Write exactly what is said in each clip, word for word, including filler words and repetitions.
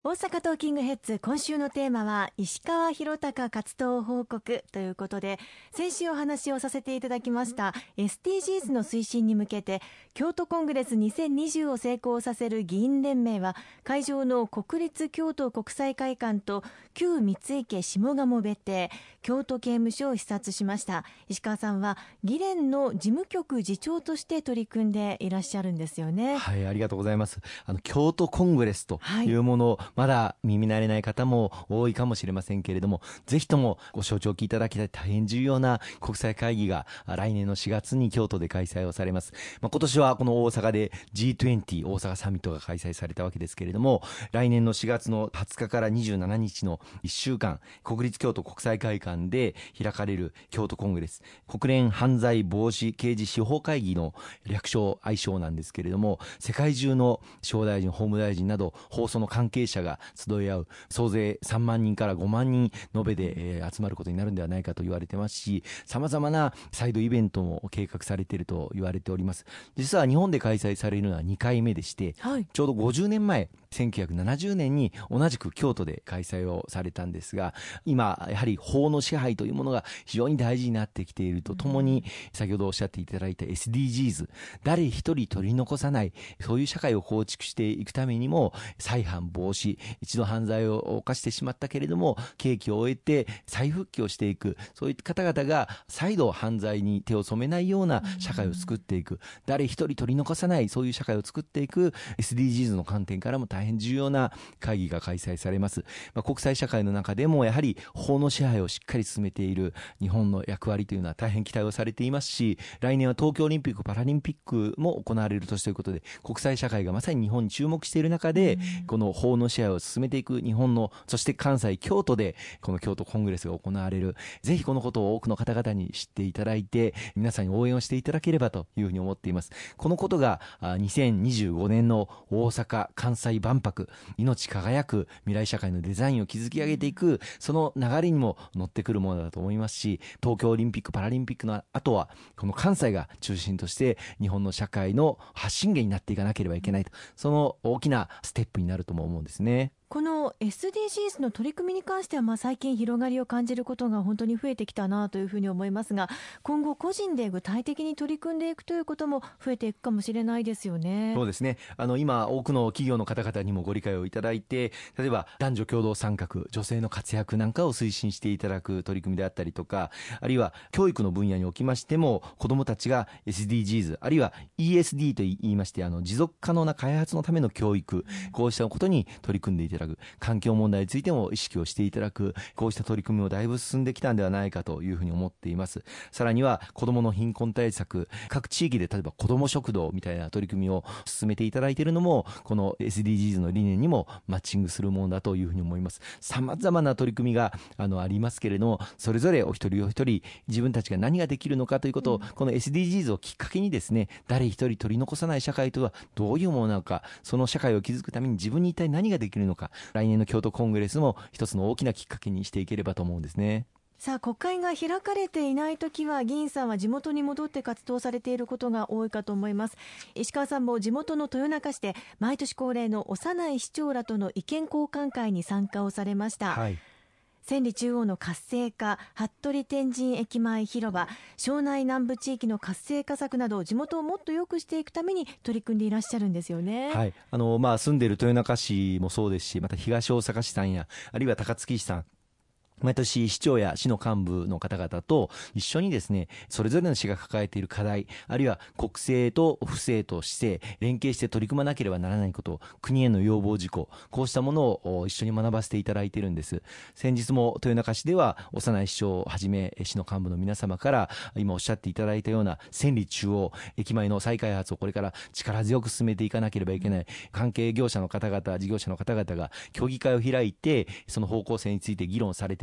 大阪トーキングヘッズ、今週のテーマは石川博隆活動報告ということで、先週お話をさせていただきました エスディージーズ の推進に向けて京都コングレスにせんにじゅうを成功させる議員連盟は、会場の国立京都国際会館と旧三井家下鴨別邸、京都刑務所を視察しました。石川さんは議連の事務局次長として取り組んでいらっしゃるんですよね。 はい、ありがとうございます。あの京都コングレスというものを、はい、まだ耳慣れない方も多いかもしれませんけれども、ぜひともご承知おきいただきたい大変重要な国際会議が来年のしがつに京都で開催をされます。まあ、今年はこの大阪で ジーにじゅう 大阪サミットが開催されたわけですけれども、来年のしがつのはつかからにじゅうしちにちのいっしゅうかん、国立京都国際会館で開かれる京都コングレス、国連犯罪防止刑事司法会議の略称愛称なんですけれども、世界中の司法大臣、法務大臣など放送の関係者が集い合う、総勢さんまんにんからごまんにん延べで、えー、集まることになるんではないかと言われてますし、様々なサイドイベントも計画されていると言われております。実は日本で開催されるのはにかいめでして、はい、ちょうどごじゅうねんまえせんきゅうひゃくななじゅうねんに同じく京都で開催をされたんですが、今やはり法の支配というものが非常に大事になってきているとともに、先ほどおっしゃっていただいた エスディージーズ、 誰一人取り残さない、そういう社会を構築していくためにも、再犯防止、一度犯罪を犯してしまったけれども刑期を終えて再復帰をしていく、そういった方々が再度犯罪に手を染めないような社会を作っていく、誰一人取り残さない、そういう社会を作っていく エスディージーズ の観点からも大変重要な会議が開催されます。まあ、国際社会の中でもやはり法の支配をしっかり進めている日本の役割というのは大変期待をされていますし、来年は東京オリンピック・パラリンピックも行われる年ということで、国際社会がまさに日本に注目している中で、この法の支配を進めていく日本の、そして関西京都でこの京都コングレスが行われる。ぜひこのことを多くの方々に知っていただいて、皆さんに応援をしていただければというふうに思っています。このことがにせんにじゅうごねんの大阪・関西万博、命輝く未来社会のデザインを築き上げていく、その流れにも乗ってくるものだと思いますし、東京オリンピック・パラリンピックの後はこの関西が中心として日本の社会の発信源になっていかなければいけないと、その大きなステップになるとも思うんですね。 この エスディージーズ の取り組みに関しては、まあ最近広がりを感じることが本当に増えてきたなというふうに思いますが、今後個人で具体的に取り組んでいくということも増えていくかもしれないですよね。 そうですね。あの今多くの企業の方々にもご理解をいただいて、例えば男女共同参画、女性の活躍なんかを推進していただく取り組みであったりとか、あるいは教育の分野におきましても子どもたちが エスディージーズ、 あるいは イーエスディー と言いまして、あの持続可能な開発のための教育、こうしたことに取り組んでいただく、環境問題についても意識をしていただく、こうした取り組みもだいぶ進んできたんではないかというふうに思っています。さらには子どもの貧困対策、各地域で例えば子ども食堂みたいな取り組みを進めていただいているのも、この エスディージーズ の理念にもマッチングするものだというふうに思います。さまざまな取り組みが あのありますけれども、それぞれお一人お一人自分たちが何ができるのかということを、うん、この エスディージーズ をきっかけにですね、誰一人取り残さない社会とはどういうものなのか、その社会を築くために自分に一体何ができるのか、来年の京都コングレスも一つの大きなきっかけにしていければと思うんですね。 さあ、国会が開かれていないときは議員さんは地元に戻って活動されていることが多いかと思います。石川さんも地元の豊中市で毎年恒例の幼い市長らとの意見交換会に参加をされました。はい、千里中央の活性化、服部天神駅前広場、庄内南部地域の活性化策など、地元をもっと良くしていくために取り組んでいらっしゃるんですよね。 はい、あのまあ、住んでいる豊中市もそうですし、また東大阪市さんや、あるいは高槻市さん、毎年市長や市の幹部の方々と一緒にですね、それぞれの市が抱えている課題、あるいは国政と府政と市政連携して取り組まなければならないこと、国への要望事項、こうしたものを一緒に学ばせていただいているんです。先日も豊中市では幼い市長をはじめ市の幹部の皆様から今おっしゃっていただいたような千里中央駅前の再開発をこれから力強く進めていかなければいけない、関係業者の方々、事業者の方々が協議会を開いてその方向性について議論されてます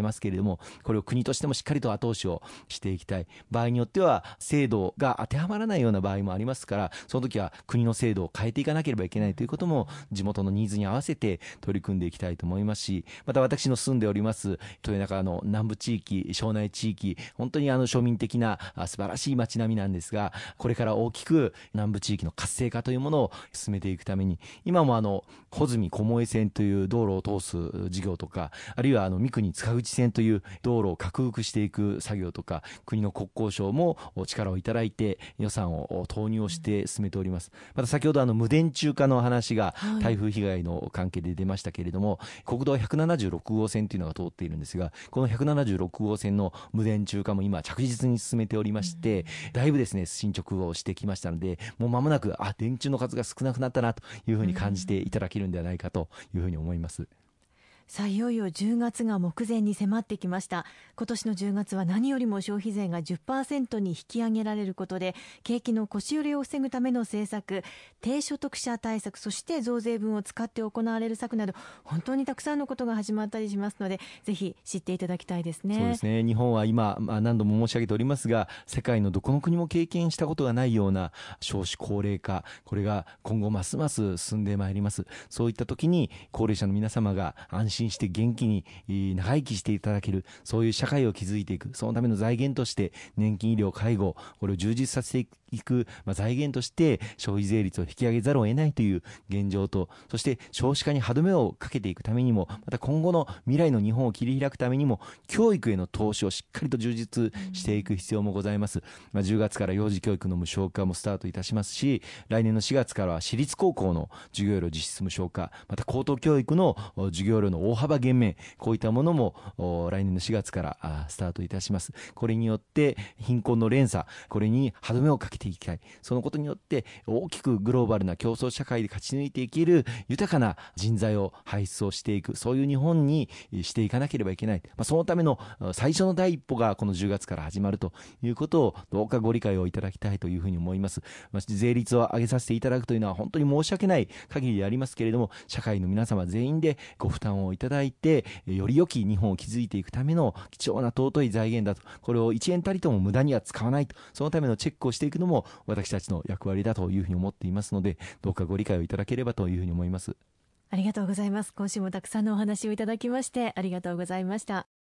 ますけれども、これを国としてもしっかりと後押しをしていきたい。場合によっては制度が当てはまらないような場合もありますから、その時は国の制度を変えていかなければいけないということも地元のニーズに合わせて取り組んでいきたいと思いますし、また私の住んでおります豊中の南部地域、庄内地域、本当にあの庶民的な素晴らしい街並みなんですが、これから大きく南部地域の活性化というものを進めていくために、今もあの穂積小江線という道路を通す事業とか、あるいはあの三国塚口線という道路を拡幅していく作業とか、国の国交省も力をいただいて予算を投入をして進めております。また先ほどあの無電柱化の話が台風被害の関係で出ましたけれども、はい、国道ひゃくななじゅうろくごうせんというのが通っているんですが、このひゃくななじゅうろくごうせんの無電柱化も今着実に進めておりまして、うん、だいぶですね進捗をしてきましたので、もう間もなくあ電柱の数が少なくなったなというふうに感じていただけるんではないかというふうに思います。 さあいよいよじゅうがつが目前に迫ってきました。今年のじゅうがつは何よりも消費税が じゅっパーセント に引き上げられることで、景気の腰揺れを防ぐための政策、低所得者対策、そして増税分を使って行われる策など、本当にたくさんのことが始まったりしますので、ぜひ知っていただきたいですね。 そうですね。日本は今、まあ、何度も申し上げておりますが、世界のどこの国も経験したことがないような少子高齢化、これが今後ますます進んでまいります。そういった時に高齢者の皆様が安心して元気に長生きしていただける、そういう社会を築いていく、そのための財源として年金、医療、介護、これを充実させていく、まあ、財源として消費税率を引き上げざるを得ないという現状と、そして少子化に歯止めをかけていくためにも、また今後の未来の日本を切り開くためにも、教育への投資をしっかりと充実していく必要もございます。まあ、じゅうがつから幼児教育の無償化もスタートいたしますし、来年のしがつからは私立高校の授業料実質無償化、また高等教育の授業料の大幅減免、こういったものも来年のしがつからスタートいたします。これによって貧困の連鎖、これに歯止めをかけていきたい。そのことによって大きくグローバルな競争社会で勝ち抜いていける豊かな人材を輩出をしていく、そういう日本にしていかなければいけない。まあ、そのための最初の第一歩がこのじゅうがつから始まるということをどうかご理解をいただきたいというふうに思います。まあ、税率を上げさせていただくというのは本当に申し訳ない限りでありますけれども、社会の皆様全員でご負担をいただいて、より良き日本を築いていくための貴重な尊い財源だと、これをいちえんたりとも無駄には使わないと、そのためのチェックをしていくのも私たちの役割だというふうに思っていますので、どうかご理解をいただければというふうに思います。 ありがとうございます。今週もたくさんのお話をいただきましてありがとうございました。